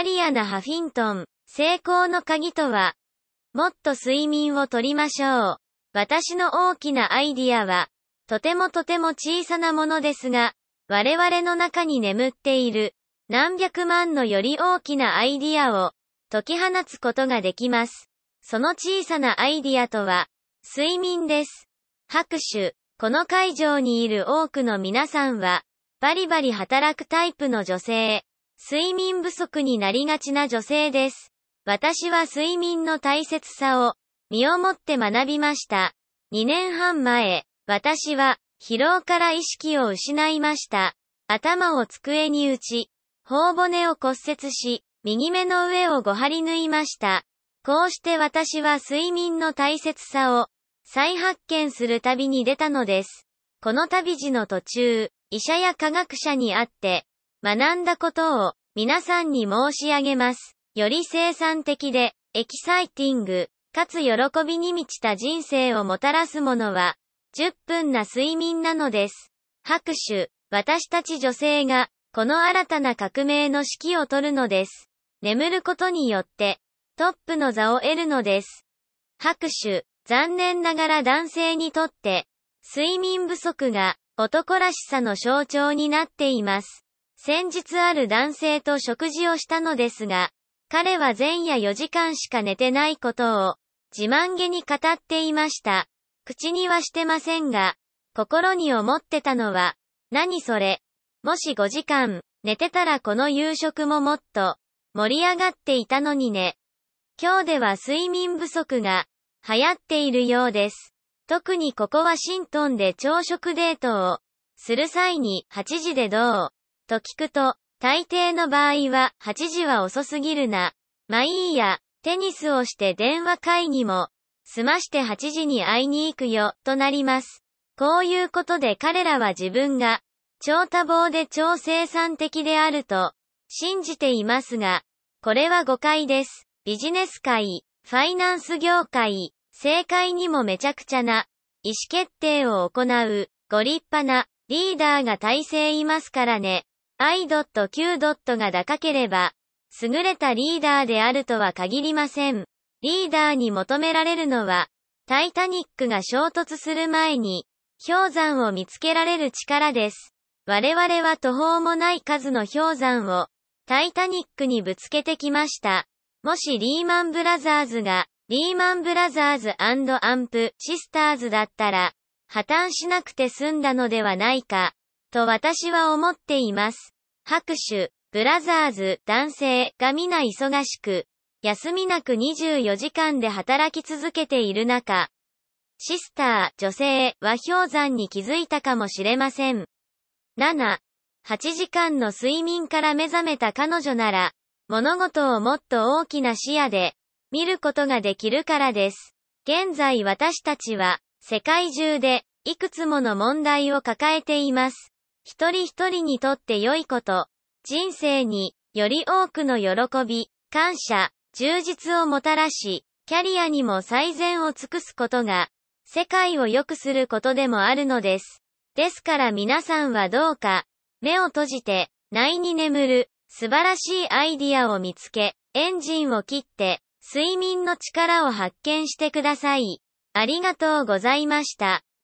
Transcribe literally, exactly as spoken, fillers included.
リアナ・ハフィントン、成功の鍵とは、もっと睡眠をとりましょう。私の大きなアイディアは、とてもとても小さなものですが、我々の中に眠っている、何百万のより大きなアイディアを、解き放つことができます。その小さなアイディアとは、睡眠です。拍手。この会場にいる多くの皆さんは、バリバリ働くタイプの女性、睡眠不足になりがちな女性です。私は睡眠の大切さを、身をもって学びました。にねんはん前、私は、疲労から意識を失いました。頭を机に打ち、頬骨を骨折し、右目の上をご針縫いました。こうして私は睡眠の大切さを、再発見する旅に出たのです。この旅路の途中、医者や科学者に会って、学んだことを皆さんに申し上げます。より生産的で、エキサイティング、かつ喜びに満ちた人生をもたらすものは、じゅっぷんな睡眠なのです。拍手。私たち女性が、この新たな革命の指揮を取るのです。眠ることによって、トップの座を得るのです。拍手。残念ながら男性にとって、睡眠不足が男らしさの象徴になっています。先日ある男性と食事をしたのですが、彼は前夜よじかんしか寝てないことを自慢げに語っていました。口にはしてませんが、心に思ってたのは、何それ。もしごじかん寝てたらこの夕食ももっと盛り上がっていたのにね。今日では睡眠不足が流行っているようです。特にここワシントンで朝食デートをする際にはちじでどうと聞くと、大抵の場合ははちじは遅すぎるな。まあいいや、テニスをして電話会議も済ましてはちじに会いに行くよとなります。こういうことで彼らは自分が超多忙で超生産的であると信じていますが、これは誤解です。ビジネス界、ファイナンス業界、政界にもめちゃくちゃな意思決定を行うご立派なリーダーが大勢いますからね。アイ Q が高ければ優れたリーダーであるとは限りません。リーダーに求められるのはタイタニックが衝突する前に氷山を見つけられる力です。我々は途方もない数の氷山をタイタニックにぶつけてきました。もしリーマンブラザーズがリーマンブラザーズ&アンプ・シスターズだったら、破綻しなくて済んだのではないか、と私は思っています。拍手。ブラザーズ、男性が皆忙しく、休みなくにじゅうよじかんで働き続けている中、シスター、女性は氷山に気づいたかもしれません。なな、はちじかんの睡眠から目覚めた彼女なら、物事をもっと大きな視野で、見ることができるからです。現在私たちは世界中でいくつもの問題を抱えています。一人一人にとって良いこと、人生により多くの喜び、感謝、充実をもたらし、キャリアにも最善を尽くすことが世界を良くすることでもあるのです。ですから皆さんはどうか目を閉じて内に眠る素晴らしいアイディアを見つけ、エンジンを切って睡眠の力を発見してください。ありがとうございました。